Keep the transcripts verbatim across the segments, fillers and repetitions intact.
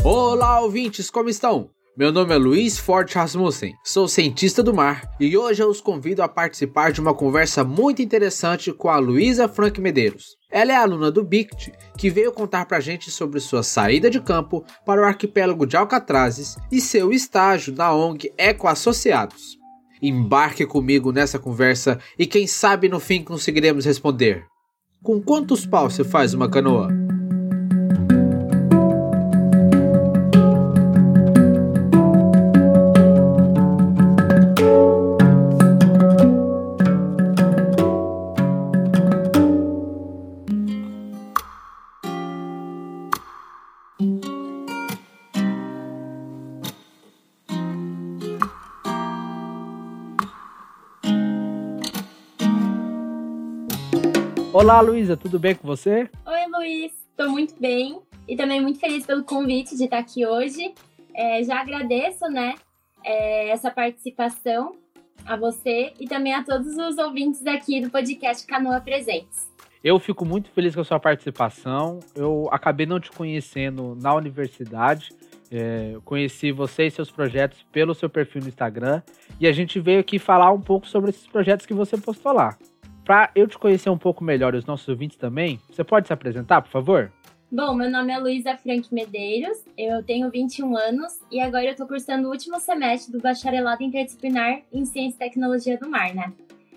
Olá, ouvintes, como estão? Meu nome é Luiz Forte Rasmussen, sou cientista do mar e hoje eu os convido a participar de uma conversa muito interessante com a Luísa Frank Medeiros. Ela é aluna do B I C T, que veio contar pra gente sobre sua saída de campo para o arquipélago de Alcatrazes e seu estágio na O N G Ecoassociados. Embarque comigo nessa conversa e quem sabe no fim conseguiremos responder: com quantos paus se faz uma canoa? Olá, Luísa, tudo bem com você? Oi, Luiz, estou muito bem e também muito feliz pelo convite de estar aqui hoje. É, já agradeço, né, é, essa participação a você e também a todos os ouvintes aqui do podcast Canoa Presentes. Eu fico muito feliz com a sua participação. Eu acabei não te conhecendo na universidade, é, conheci você e seus projetos pelo seu perfil no Instagram e a gente veio aqui falar um pouco sobre esses projetos que você postou lá. Para eu te conhecer um pouco melhor e os nossos ouvintes também, você pode se apresentar, por favor? Bom, meu nome é Luísa Frank Medeiros, eu tenho vinte e um anos e agora eu estou cursando o último semestre do Bacharelado Interdisciplinar em Ciência e Tecnologia do Mar, né?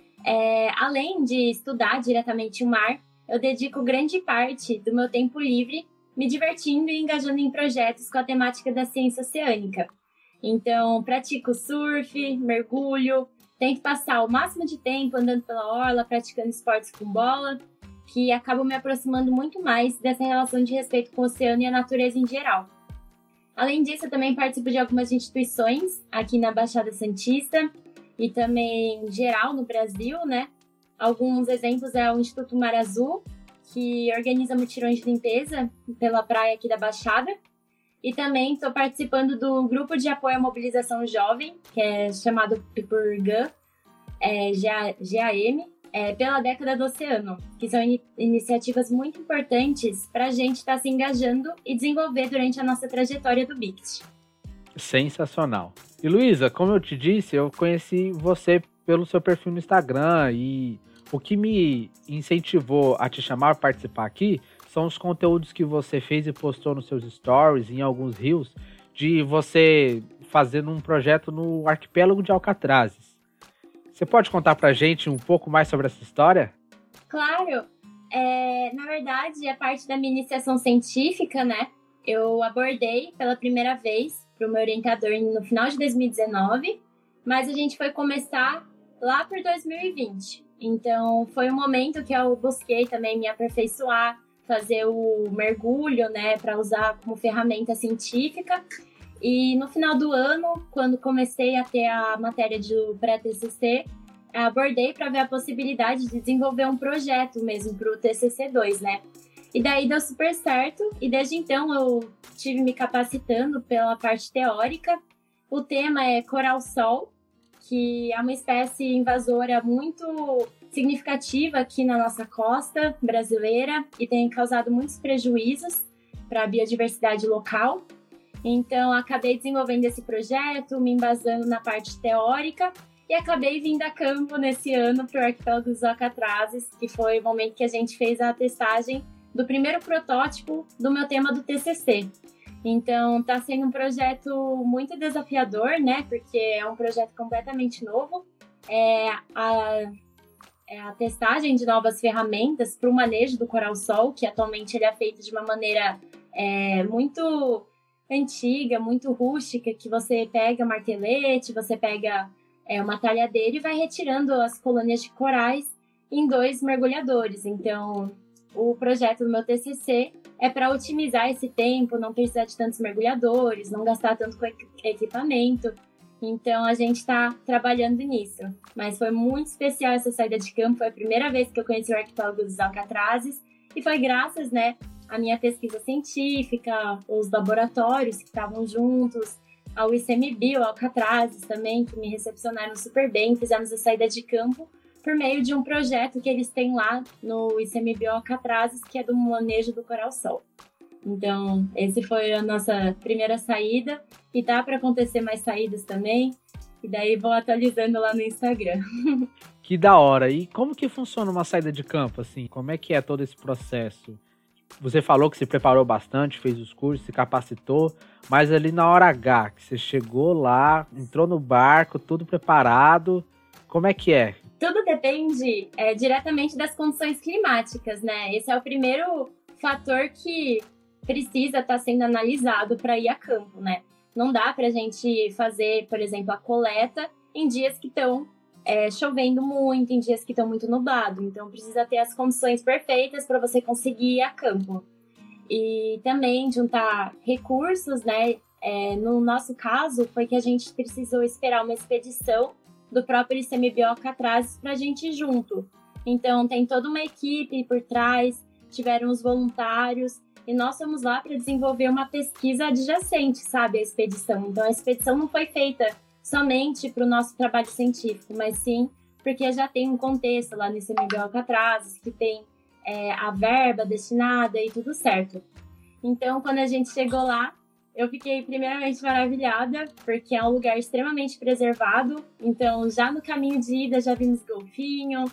É, além de estudar diretamente o mar, eu dedico grande parte do meu tempo livre me divertindo e engajando em projetos com a temática da ciência oceânica. Então, pratico surf, mergulho, tento passar o máximo de tempo andando pela orla, praticando esportes com bola, que acabam me aproximando muito mais dessa relação de respeito com o oceano e a natureza em geral. Além disso, eu também participo de algumas instituições aqui na Baixada Santista e também geral no Brasil, né? Alguns exemplos é o Instituto Mar Azul, que organiza mutirões de limpeza pela praia aqui da Baixada. E também estou participando do Grupo de Apoio à Mobilização Jovem, que é chamado por G A, é, G A M, é, pela década do oceano, que são in- iniciativas muito importantes para a gente estar tá se engajando e desenvolver durante a nossa trajetória do B I C T. Sensacional. E Luísa, como eu te disse, eu conheci você pelo seu perfil no Instagram e o que me incentivou a te chamar para participar aqui são os conteúdos que você fez e postou nos seus stories, em alguns reels, de você fazendo um projeto no arquipélago de Alcatrazes. Você pode contar pra gente um pouco mais sobre essa história? Claro! É, na verdade, a parte da minha iniciação científica, né, eu abordei pela primeira vez para o meu orientador no final de dois mil e dezenove, mas a gente foi começar lá por dois mil e vinte. Então, foi um momento que eu busquei também me aperfeiçoar, fazer o mergulho, né, para usar como ferramenta científica. E no final do ano, quando comecei a ter a matéria de pré-T C C, abordei para ver a possibilidade de desenvolver um projeto mesmo para o T C C dois, né? E daí deu super certo, e desde então eu tive me capacitando pela parte teórica. O tema é coral-sol, que é uma espécie invasora muito significativa aqui na nossa costa brasileira e tem causado muitos prejuízos para a biodiversidade local. Então, acabei desenvolvendo esse projeto, me embasando na parte teórica e acabei vindo a campo nesse ano para o arquipélago dos Alcatrazes, que foi o momento que a gente fez a testagem do primeiro protótipo do meu tema do T C C. Então, está sendo um projeto muito desafiador, né? Porque é um projeto completamente novo. É a, é a testagem de novas ferramentas para o manejo do coral-sol, que atualmente ele é feito de uma maneira é, muito antiga, muito rústica, que você pega um martelete, você pega é, uma talhadeira e vai retirando as colônias de corais em dois mergulhadores. Então, o projeto do meu T C C é para otimizar esse tempo, não precisar de tantos mergulhadores, não gastar tanto com equipamento. Então, a gente está trabalhando nisso. Mas foi muito especial essa saída de campo. Foi a primeira vez que eu conheci o arquipélago dos Alcatrazes. E foi graças, né, à minha pesquisa científica, os laboratórios que estavam juntos, ao I C M B I, o Alcatrazes também, que me recepcionaram super bem. Fizemos a saída de campo por meio de um projeto que eles têm lá no I C M B I Alcatrazes, que é do manejo do coral-sol. Então, esse foi a nossa primeira saída. E dá para acontecer mais saídas também. E daí vou atualizando lá no Instagram. Que da hora. E como que funciona uma saída de campo, assim? Como é que é todo esse processo? Você falou que se preparou bastante, fez os cursos, se capacitou, mas ali na hora H, que você chegou lá, entrou no barco, tudo preparado, como é que é? Tudo depende é, diretamente das condições climáticas, né? Esse é o primeiro fator que precisa estar sendo analisado para ir a campo, né? Não dá para a gente fazer, por exemplo, a coleta em dias que estão é, chovendo muito, em dias que estão muito nublado. Então, precisa ter as condições perfeitas para você conseguir ir a campo. E também juntar recursos, né? É, no nosso caso, foi que a gente precisou esperar uma expedição do próprio I C M B I Alcatrazes para a gente ir junto. Então, tem toda uma equipe por trás, tiveram os voluntários, e nós fomos lá para desenvolver uma pesquisa adjacente, sabe, à expedição. Então, a expedição não foi feita somente para o nosso trabalho científico, mas sim porque já tem um contexto lá no I C M B I Alcatrazes, que tem é, a verba destinada e tudo certo. Então, quando a gente chegou lá, eu fiquei primeiramente maravilhada, porque é um lugar extremamente preservado. Então, já no caminho de ida, já vimos golfinho,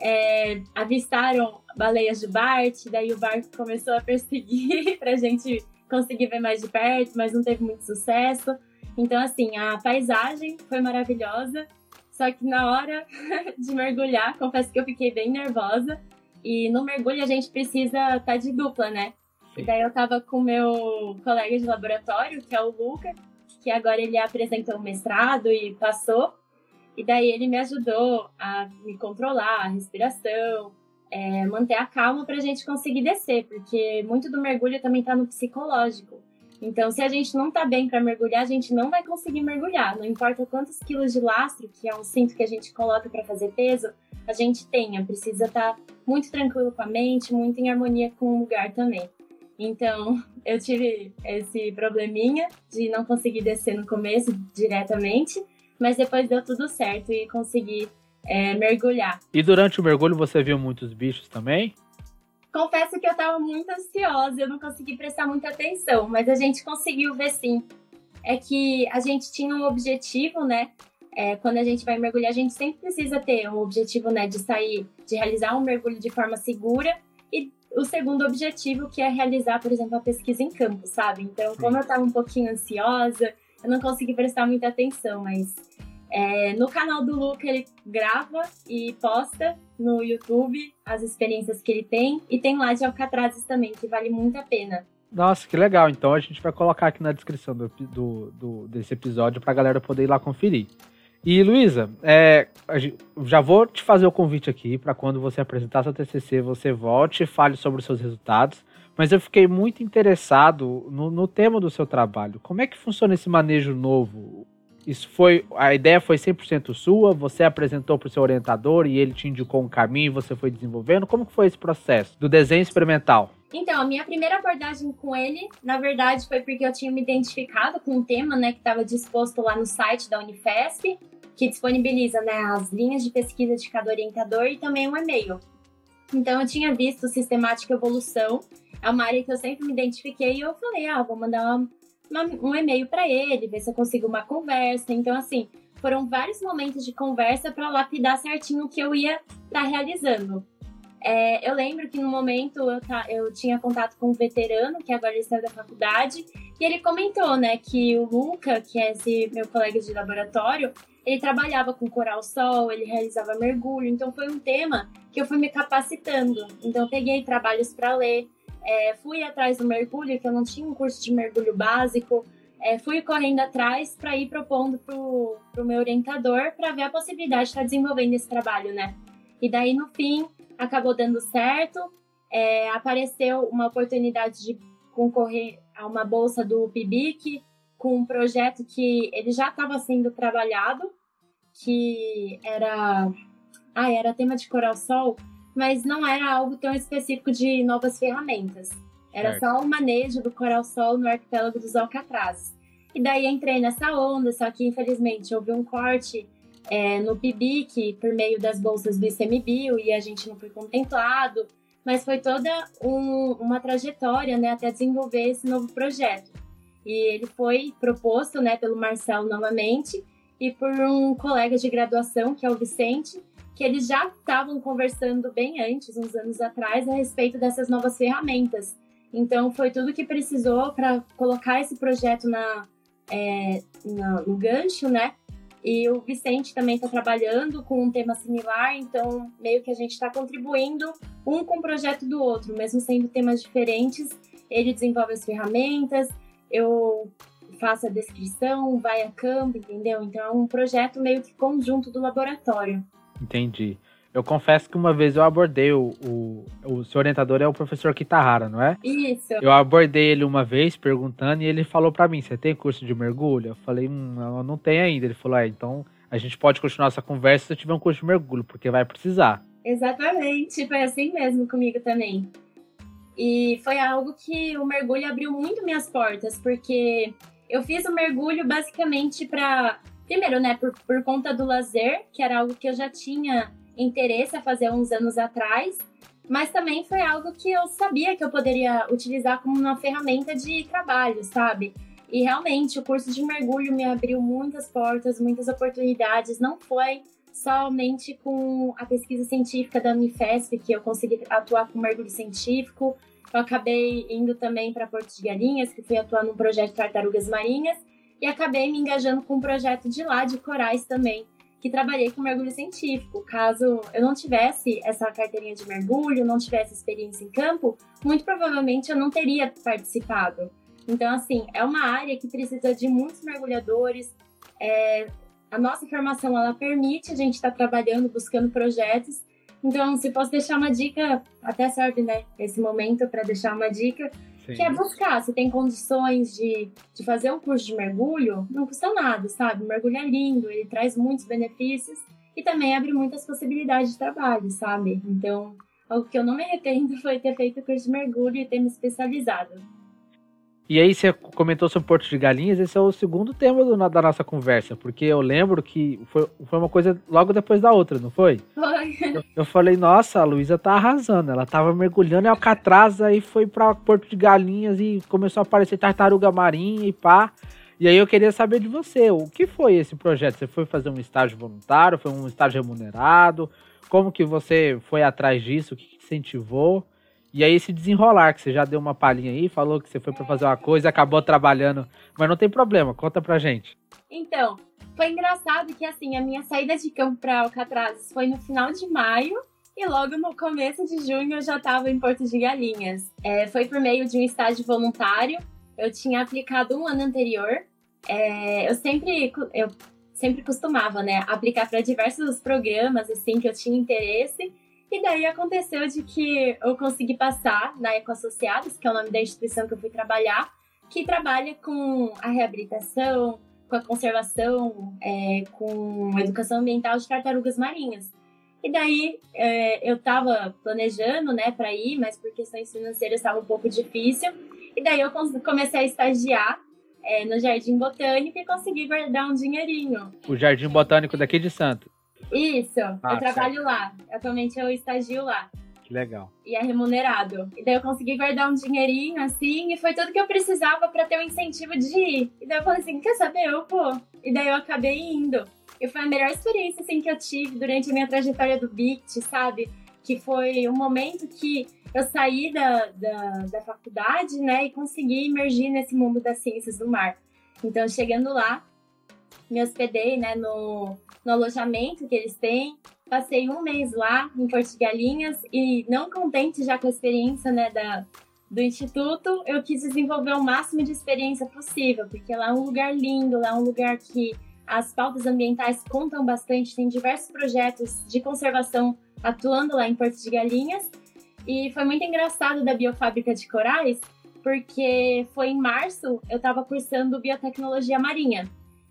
é, avistaram baleias de Bart, daí o barco começou a perseguir para a gente conseguir ver mais de perto, mas não teve muito sucesso. Então, assim, a paisagem foi maravilhosa, só que na hora de mergulhar, confesso que eu fiquei bem nervosa. E no mergulho a gente precisa estar de dupla, né? E daí eu tava com o meu colega de laboratório, que é o Luca, que agora ele apresentou o mestrado e passou. E daí ele me ajudou a me controlar, a respiração, é, manter a calma pra gente conseguir descer, porque muito do mergulho também tá no psicológico. Então, se a gente não tá bem para mergulhar, a gente não vai conseguir mergulhar. Não importa quantos quilos de lastro, que é um cinto que a gente coloca para fazer peso, a gente tenha. Precisa estar muito tranquilo com a mente, muito em harmonia com o lugar também. Então, eu tive esse probleminha de não conseguir descer no começo diretamente, mas depois deu tudo certo e consegui é, mergulhar. E durante o mergulho você viu muitos bichos também? Confesso que eu estava muito ansiosa, eu não consegui prestar muita atenção, mas a gente conseguiu ver sim. É que a gente tinha um objetivo, né? É, quando a gente vai mergulhar, a gente sempre precisa ter um objetivo, né? De sair, de realizar um mergulho de forma segura. E o segundo objetivo, que é realizar, por exemplo, a pesquisa em campo, sabe? Então, como eu estava um pouquinho ansiosa, eu não consegui prestar muita atenção, mas é, no canal do Luca ele grava e posta no YouTube as experiências que ele tem, e tem lá de Alcatrazes também, que vale muito a pena. Nossa, que legal. Então a gente vai colocar aqui na descrição do, do, do, desse episódio pra galera poder ir lá conferir. E, Luísa, é, já vou te fazer o convite aqui para quando você apresentar seu T C C, você volte e fale sobre os seus resultados. Mas eu fiquei muito interessado no, no tema do seu trabalho. Como é que funciona esse manejo novo? Isso foi, a ideia foi cem por cento sua? Você apresentou para o seu orientador e ele te indicou um caminho e você foi desenvolvendo? Como que foi esse processo do desenho experimental? Então, a minha primeira abordagem com ele, na verdade, foi porque eu tinha me identificado com um tema, né, que estava disposto lá no site da Unifesp, que disponibiliza, né, as linhas de pesquisa de cada orientador e também um e-mail. Então, eu tinha visto sistemática evolução, é uma área que eu sempre me identifiquei, e eu falei, ah, vou mandar uma, uma, um e-mail para ele, ver se eu consigo uma conversa. Então, assim, foram vários momentos de conversa para lapidar certinho o que eu ia estar tá realizando. É, eu lembro que no momento eu, tá, eu tinha contato com um veterano, que agora ele saiu da faculdade, e ele comentou, né, que o Luca, que é esse meu colega de laboratório, ele trabalhava com coral-sol, ele realizava mergulho, então foi um tema que eu fui me capacitando. Então eu peguei trabalhos para ler, é, fui atrás do mergulho, que eu não tinha um curso de mergulho básico, é, fui correndo atrás para ir propondo pro, pro meu orientador para ver a possibilidade de estar desenvolvendo esse trabalho, né? E daí, no fim, acabou dando certo, é, apareceu uma oportunidade de concorrer a uma bolsa do P I B I C, com um projeto que ele já estava sendo trabalhado, que era, ah, era tema de coral-sol, mas não era algo tão específico de novas ferramentas. Era certo. Só o manejo do coral-sol no arquipélago dos Alcatrazes. E daí entrei nessa onda, só que infelizmente houve um corte é, no P I B I C por meio das bolsas do I C M B I, e a gente não foi contemplado. mas foi toda um, uma trajetória, né, até desenvolver esse novo projeto. E ele foi proposto, né, pelo Marcelo novamente e por um colega de graduação, que é o Vicente, que eles já estavam conversando bem antes, uns anos atrás, a respeito dessas novas ferramentas. Então, foi tudo que precisou para colocar esse projeto na, é, na, no gancho, né? E o Vicente também está trabalhando com um tema similar, então meio que a gente está contribuindo um com o projeto do outro, mesmo sendo temas diferentes. Ele desenvolve as ferramentas, eu faço a descrição, vai a campo, entendeu? Então é um projeto meio que conjunto do laboratório. Entendi. Eu confesso que uma vez eu abordei o, o, o seu orientador é o professor Kitahara, não é? Isso. Eu abordei ele uma vez perguntando e ele falou pra mim, você tem curso de mergulho? Eu falei, hum, eu não tenho ainda. Ele falou, é, então a gente pode continuar essa conversa se eu tiver um curso de mergulho, porque vai precisar. Exatamente, foi assim mesmo comigo também. E foi algo que o mergulho abriu muito minhas portas, porque eu fiz o mergulho basicamente pra... Primeiro, né, por, por conta do lazer, que era algo que eu já tinha interesse a fazer uns anos atrás, mas também foi algo que eu sabia que eu poderia utilizar como uma ferramenta de trabalho, sabe? E realmente o curso de mergulho me abriu muitas portas, muitas oportunidades, não foi somente com a pesquisa científica da Unifesp que eu consegui atuar com mergulho científico, eu acabei indo também para Porto de Galinhas, que fui atuar num projeto de tartarugas marinhas, e acabei me engajando com um projeto de lá, de corais também, que trabalhei com mergulho científico. Caso eu não tivesse essa carteirinha de mergulho, não tivesse experiência em campo, muito provavelmente eu não teria participado. Então, assim, é uma área que precisa de muitos mergulhadores. É, a nossa formação, ela permite a gente estar trabalhando, buscando projetos. Então, se posso deixar uma dica, até serve, né, esse momento para deixar uma dica, Sim. que é buscar, se tem condições de, de fazer um curso de mergulho, não custa nada, sabe? O mergulho é lindo, ele traz muitos benefícios e também abre muitas possibilidades de trabalho, sabe? Então, algo que eu não me arrependo foi ter feito o curso de mergulho e ter me especializado. E aí você comentou sobre Porto de Galinhas, esse é o segundo tema do, da nossa conversa, porque eu lembro que foi, foi uma coisa logo depois da outra, não foi? Foi. Eu, eu falei, nossa, a Luísa tá arrasando, ela tava mergulhando em Alcatraz, aí foi pra Porto de Galinhas e começou a aparecer tartaruga marinha e pá. E aí eu queria saber de você, o que foi esse projeto? Você foi fazer um estágio voluntário, foi um estágio remunerado? Como que você foi atrás disso? O que, que incentivou? E aí esse desenrolar, que você já deu uma palhinha aí, falou que você foi para fazer uma coisa e acabou trabalhando, mas não tem problema, conta pra gente. Então, foi engraçado que assim, a minha saída de campo para Alcatraz foi no final de maio e logo no começo de junho eu já estava em Porto de Galinhas. É, foi por meio de um estágio voluntário, eu tinha aplicado um ano anterior, é, eu sempre... Eu sempre costumava, né, aplicar para diversos programas, assim, que eu tinha interesse. E daí aconteceu de que eu consegui passar na Ecoassociados, que é o nome da instituição que eu fui trabalhar, que trabalha com a reabilitação, com a conservação, é, com educação ambiental de tartarugas marinhas. E daí é, eu estava planejando, né, para ir, mas por questões financeiras estava um pouco difícil. E daí eu comecei a estagiar é, no Jardim Botânico e consegui guardar um dinheirinho. O Jardim Botânico daqui de Santos. Isso, ah, eu trabalho certo. lá. Atualmente eu estagio lá. Que legal. E é remunerado. E daí eu consegui guardar um dinheirinho, assim, e foi tudo que eu precisava pra ter um incentivo de ir. E daí eu falei assim, quer saber, eu vou. E daí eu acabei indo. E foi a melhor experiência, assim, que eu tive durante a minha trajetória do B I C T, sabe? Que foi um momento que eu saí da, da, da faculdade, né, e consegui emergir nesse mundo das ciências do mar. Então, chegando lá, me hospedei, né, no, no alojamento que eles têm. Passei um mês lá, em Porto de Galinhas, e não contente já com a experiência, né, da, do Instituto, eu quis desenvolver o máximo de experiência possível, porque lá é um lugar lindo, lá é um lugar que as pautas ambientais contam bastante, tem diversos projetos de conservação atuando lá em Porto de Galinhas, e foi muito engraçado da Biofábrica de Corais, porque foi em março, eu estava cursando Biotecnologia Marinha.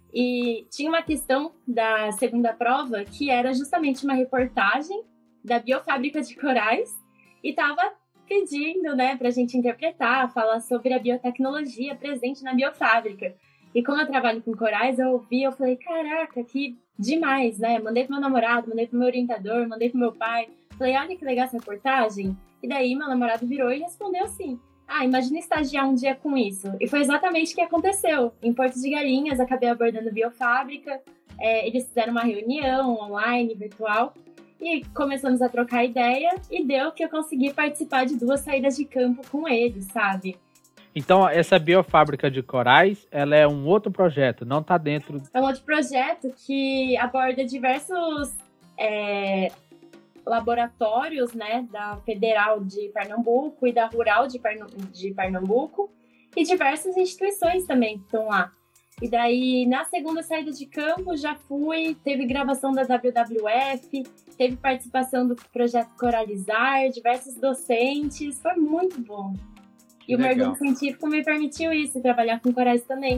E tinha uma questão da segunda prova que era justamente uma reportagem da Biofábrica de Corais e estava pedindo, né, para a gente interpretar, falar sobre a biotecnologia presente na biofábrica. E como eu trabalho com corais, eu ouvi, eu falei, caraca, que demais, né? Mandei pro meu namorado, mandei pro meu orientador, mandei pro meu pai. Falei, olha que legal essa reportagem. E daí meu namorado virou e respondeu assim, ah, imagina estagiar um dia com isso. E foi exatamente o que aconteceu. Em Porto de Galinhas, acabei abordando biofábrica, é, eles fizeram uma reunião online, virtual, e começamos a trocar ideia, e deu que eu consegui participar de duas saídas de campo com eles, sabe? Então, essa biofábrica de corais, ela é um outro projeto, não está dentro... É um outro projeto que aborda diversos é, laboratórios, né, da Federal de Pernambuco e da Rural de, Pernam- de Pernambuco, e diversas instituições também que estão lá. E daí, na segunda saída de campo, já fui, teve gravação da W W F, teve participação do projeto Coralizar, diversos docentes, foi muito bom. E Legal. o mergulho científico me permitiu isso, trabalhar com corais também.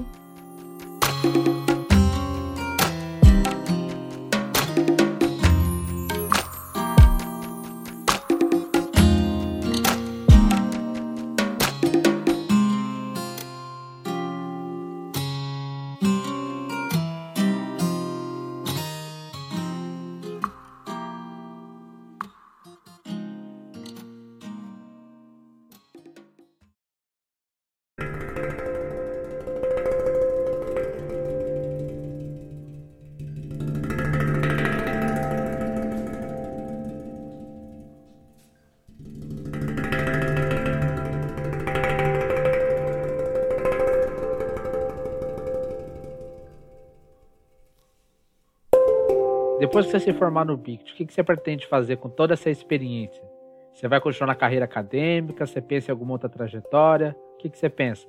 Depois que você se formar no B I C T, o que você pretende fazer com toda essa experiência? Você vai continuar na carreira acadêmica? Você pensa em alguma outra trajetória? O que você pensa?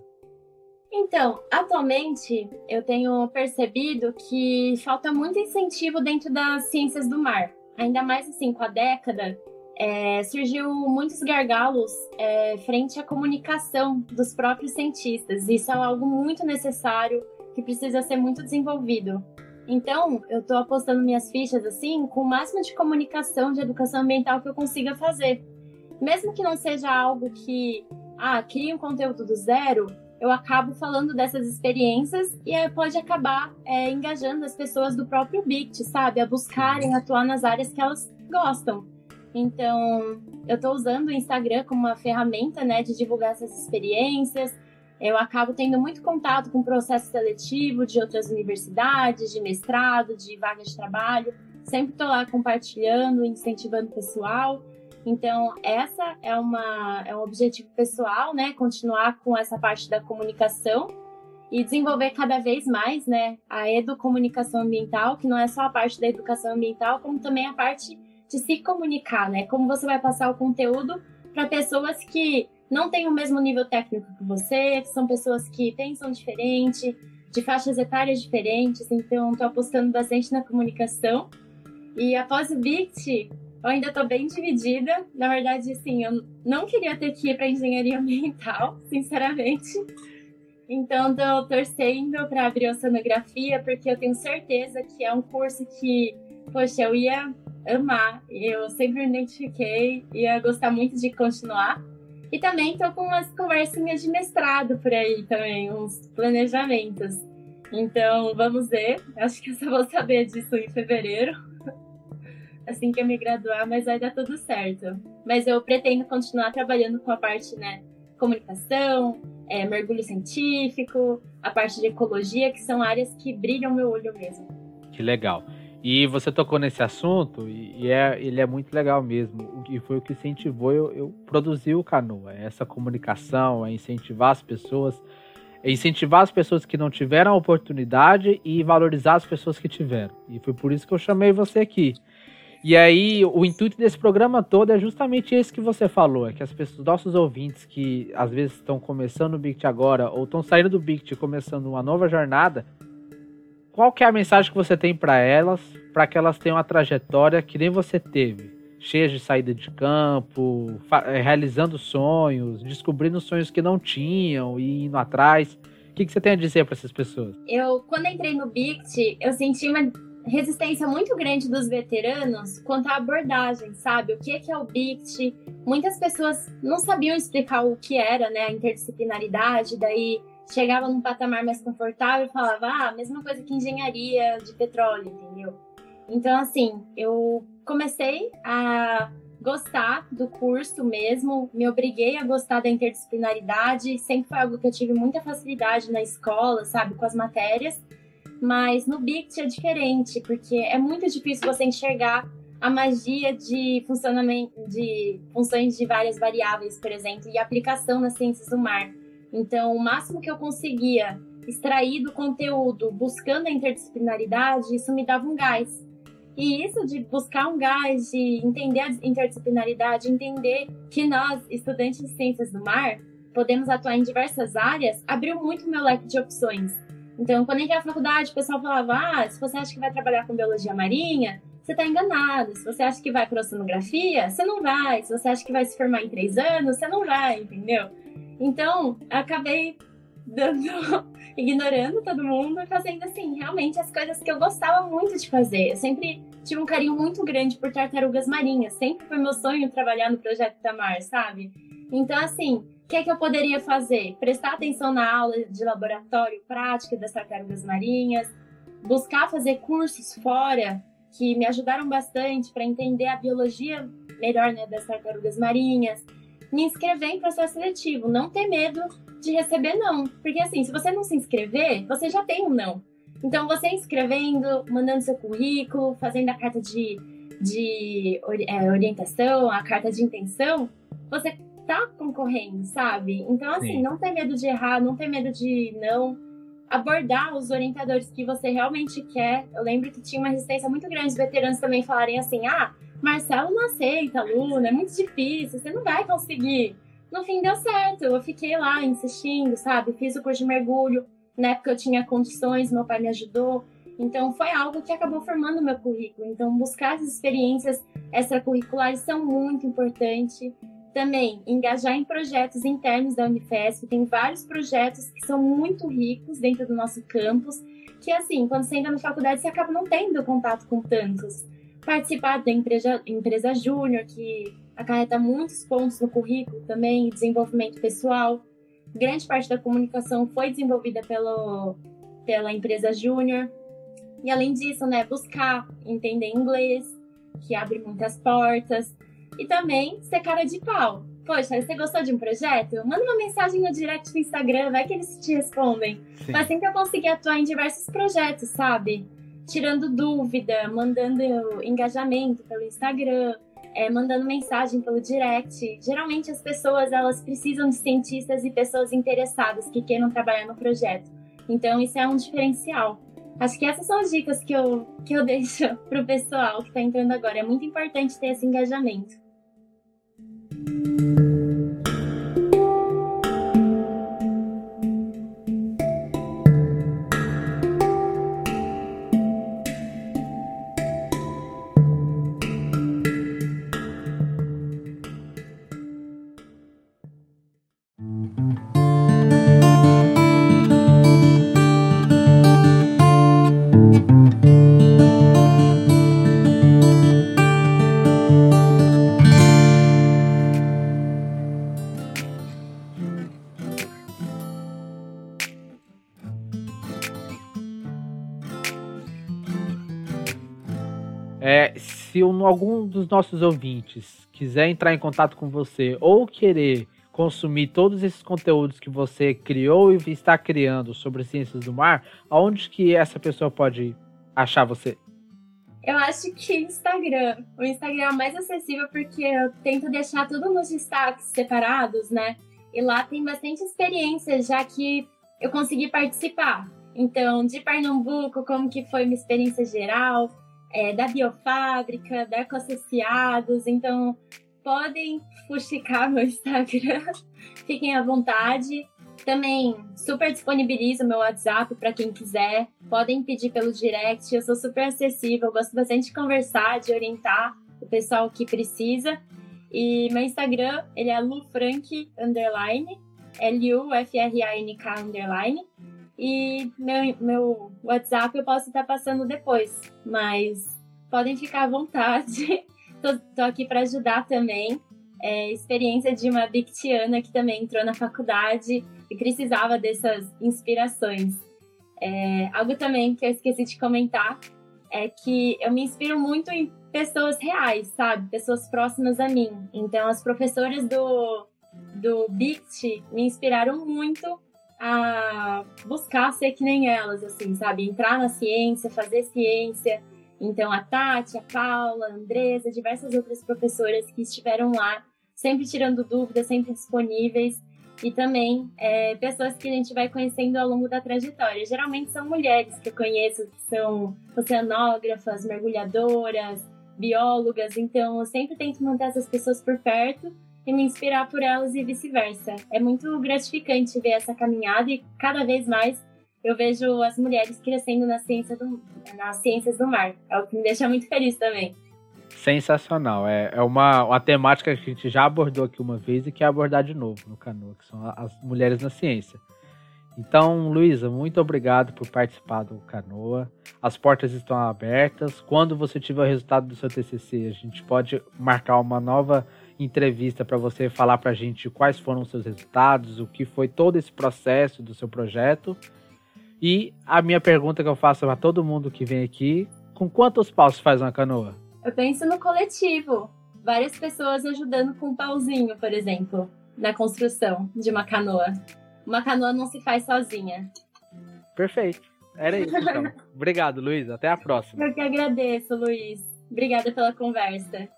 Então, atualmente, eu tenho percebido que falta muito incentivo dentro das ciências do mar. Ainda mais, assim, com a década, é, surgiu muitos gargalos é, frente à comunicação dos próprios cientistas. Isso é algo muito necessário, que precisa ser muito desenvolvido. Então, eu estou apostando minhas fichas, assim, com o máximo de comunicação, de educação ambiental que eu consiga fazer. Mesmo que não seja algo que, ah, crie um conteúdo do zero, eu acabo falando dessas experiências e aí pode acabar é, engajando as pessoas do próprio B I C T, sabe? A buscarem atuar nas áreas que elas gostam. Então, eu estou usando o Instagram como uma ferramenta, né, de divulgar essas experiências. Eu acabo tendo muito contato com o processo seletivo de outras universidades, de mestrado, de vagas de trabalho. Sempre estou lá compartilhando, incentivando o pessoal. Então, essa é, uma, é um objetivo pessoal, né? Continuar com essa parte da comunicação e desenvolver cada vez mais, né, a educomunicação ambiental, que não é só a parte da educação ambiental, como também a parte de se comunicar, né? Como você vai passar o conteúdo para pessoas que não têm o mesmo nível técnico que você, que são pessoas que pensam diferente, de faixas etárias diferentes. Então, estou apostando bastante na comunicação. E após o B I C T, eu ainda estou bem dividida. Na verdade, assim, eu não queria ter que ir para engenharia ambiental, sinceramente. Então, estou torcendo para abrir oceanografia, porque eu tenho certeza que é um curso que, poxa, eu ia amar. Eu sempre me identifiquei, ia gostar muito de continuar. E também estou com umas conversinhas de mestrado por aí também, uns planejamentos. Então, vamos ver. Acho que eu só vou saber disso em fevereiro, assim que eu me graduar, mas vai dar tudo certo. Mas eu pretendo continuar trabalhando com a parte, né, comunicação, é, mergulho científico, a parte de ecologia, que são áreas que brilham meu olho mesmo. Que legal. E você tocou nesse assunto, e, e é, ele é muito legal mesmo. E foi o que incentivou eu, eu produzir o Canoa. Essa comunicação, é incentivar as pessoas, é incentivar as pessoas que não tiveram a oportunidade e valorizar as pessoas que tiveram. E foi por isso que eu chamei você aqui. E aí, o intuito desse programa todo é justamente esse que você falou, é que as pessoas, nossos ouvintes que às vezes estão começando o B I C T agora, ou estão saindo do B I C T e começando uma nova jornada, qual que é a mensagem que você tem para elas, para que elas tenham uma trajetória que nem você teve, cheia de saída de campo, realizando sonhos, descobrindo sonhos que não tinham e indo atrás. O que, que você tem a dizer para essas pessoas? Eu, quando entrei no B I C T, eu senti uma resistência muito grande dos veteranos quanto à abordagem, sabe? O que é o B I C T? Muitas pessoas não sabiam explicar o que era, né, a interdisciplinaridade, daí chegava num patamar mais confortável e falava, ah, mesma coisa que engenharia de petróleo, entendeu? Então, assim, eu comecei a gostar do curso mesmo, me obriguei a gostar da interdisciplinaridade, sempre foi algo que eu tive muita facilidade na escola, sabe, com as matérias, mas no B I C T é diferente, porque é muito difícil você enxergar a magia de funcionamento, de funções de várias variáveis, por exemplo, e aplicação nas ciências do mar. Então, o máximo que eu conseguia extrair do conteúdo, buscando a interdisciplinaridade, isso me dava um gás. E isso de buscar um gás, de entender a interdisciplinaridade, entender que nós, estudantes de ciências do mar, podemos atuar em diversas áreas, abriu muito o meu leque de opções. Então, quando eu entrei na faculdade, o pessoal falava, ah, se você acha que vai trabalhar com biologia marinha, você está enganado. Se você acha que vai para oceanografia, você não vai. Se você acha que vai se formar em três anos, você não vai, entendeu? Então, eu acabei dando, ignorando todo mundo e fazendo, assim, realmente as coisas que eu gostava muito de fazer. Eu sempre tive um carinho muito grande por tartarugas marinhas. Sempre foi meu sonho trabalhar no Projeto Itamar, sabe? Então, assim, o que é que eu poderia fazer? Prestar atenção na aula de laboratório prática das tartarugas marinhas, buscar fazer cursos fora que me ajudaram bastante para entender a biologia melhor, né, das tartarugas marinhas, me inscrever em processo seletivo, não ter medo de receber não, porque assim, se você não se inscrever, você já tem um não. Então, você inscrevendo, mandando seu currículo, fazendo a carta de, de é, orientação, a carta de intenção, você tá concorrendo, sabe? Então, assim, Sim. não ter medo de errar, não ter medo de não, abordar os orientadores que você realmente quer. Eu lembro que tinha uma resistência muito grande, os veteranos também falarem assim, ah, Marcelo não aceita aluna, é muito difícil, você não vai conseguir. No fim deu certo, eu fiquei lá insistindo, sabe? Fiz o curso de mergulho, na época eu tinha condições, meu pai me ajudou. Então foi algo que acabou formando o meu currículo. Então buscar essas experiências extracurriculares são muito importantes. Também engajar em projetos internos da Unifesp. Tem vários projetos que são muito ricos dentro do nosso campus, que assim, quando você entra na faculdade, você acaba não tendo contato com tantos. Participar da empresa, empresa júnior, que acarreta muitos pontos no currículo também, desenvolvimento pessoal. Grande parte da comunicação foi desenvolvida pelo, pela empresa júnior. E além disso, né, buscar entender inglês, que abre muitas portas. E também ser cara de pau. Poxa, você gostou de um projeto? Manda uma mensagem no direct do Instagram, vai que eles te respondem. Sim. Mas assim que eu consegui atuar em diversos projetos, sabe? Tirando dúvida, mandando engajamento pelo Instagram, é, mandando mensagem pelo direct. Geralmente as pessoas, elas precisam de cientistas e pessoas interessadas que queiram trabalhar no projeto. Então isso é um diferencial. Acho que essas são as dicas que eu, que eu deixo pro pessoal que está entrando agora. É muito importante ter esse engajamento. É, se um, algum dos nossos ouvintes quiser entrar em contato com você ou querer consumir todos esses conteúdos que você criou e está criando sobre ciências do mar, aonde que essa pessoa pode achar você? Eu acho que Instagram. O Instagram é o mais acessível porque eu tento deixar tudo nos destaques separados, né? E lá tem bastante experiência, já que eu consegui participar. Então, de Pernambuco, como que foi minha experiência geral, é, da biofábrica, da Ecoassociados. Então, podem fuxicar meu Instagram, fiquem à vontade. Também super disponibilizo meu WhatsApp para quem quiser. Podem pedir pelo direct, eu sou super acessível, gosto bastante de conversar, de orientar o pessoal que precisa. E meu Instagram, ele é lufrank, underline, L U F R A N K, underline. E meu, meu WhatsApp eu posso estar passando depois, mas podem ficar à vontade. tô, tô aqui para ajudar também. É, experiência de uma bictiana que também entrou na faculdade e precisava dessas inspirações. É, algo também que eu esqueci de comentar é que eu me inspiro muito em pessoas reais, sabe? Pessoas próximas a mim. Então, as professoras do, do B I C T me inspiraram muito a buscar ser que nem elas, assim, sabe? Entrar na ciência, fazer ciência. Então, a Tati, a Paula, a Andresa, diversas outras professoras que estiveram lá, sempre tirando dúvidas, sempre disponíveis. E também é, pessoas que a gente vai conhecendo ao longo da trajetória. Geralmente são mulheres que eu conheço, que são oceanógrafas, mergulhadoras, biólogas. Então, eu sempre tento manter essas pessoas por perto e me inspirar por elas e vice-versa. É muito gratificante ver essa caminhada e cada vez mais eu vejo as mulheres crescendo na ciência do, nas ciências do mar. É o que me deixa muito feliz também. Sensacional. É, é uma, uma temática que a gente já abordou aqui uma vez e quer abordar de novo no Canoa, que são as mulheres na ciência. Então, Luísa, muito obrigado por participar do Canoa. As portas estão abertas. Quando você tiver o resultado do seu T C C, a gente pode marcar uma nova entrevista para você falar para a gente quais foram os seus resultados, o que foi todo esse processo do seu projeto. E a minha pergunta que eu faço para todo mundo que vem aqui, com quantos paus faz uma canoa? Eu penso no coletivo. Várias pessoas ajudando com um pauzinho, por exemplo, na construção de uma canoa. Uma canoa não se faz sozinha. Perfeito. Era isso, então. Obrigado, Luísa. Até a próxima. Eu que agradeço, Luiz. Obrigada pela conversa.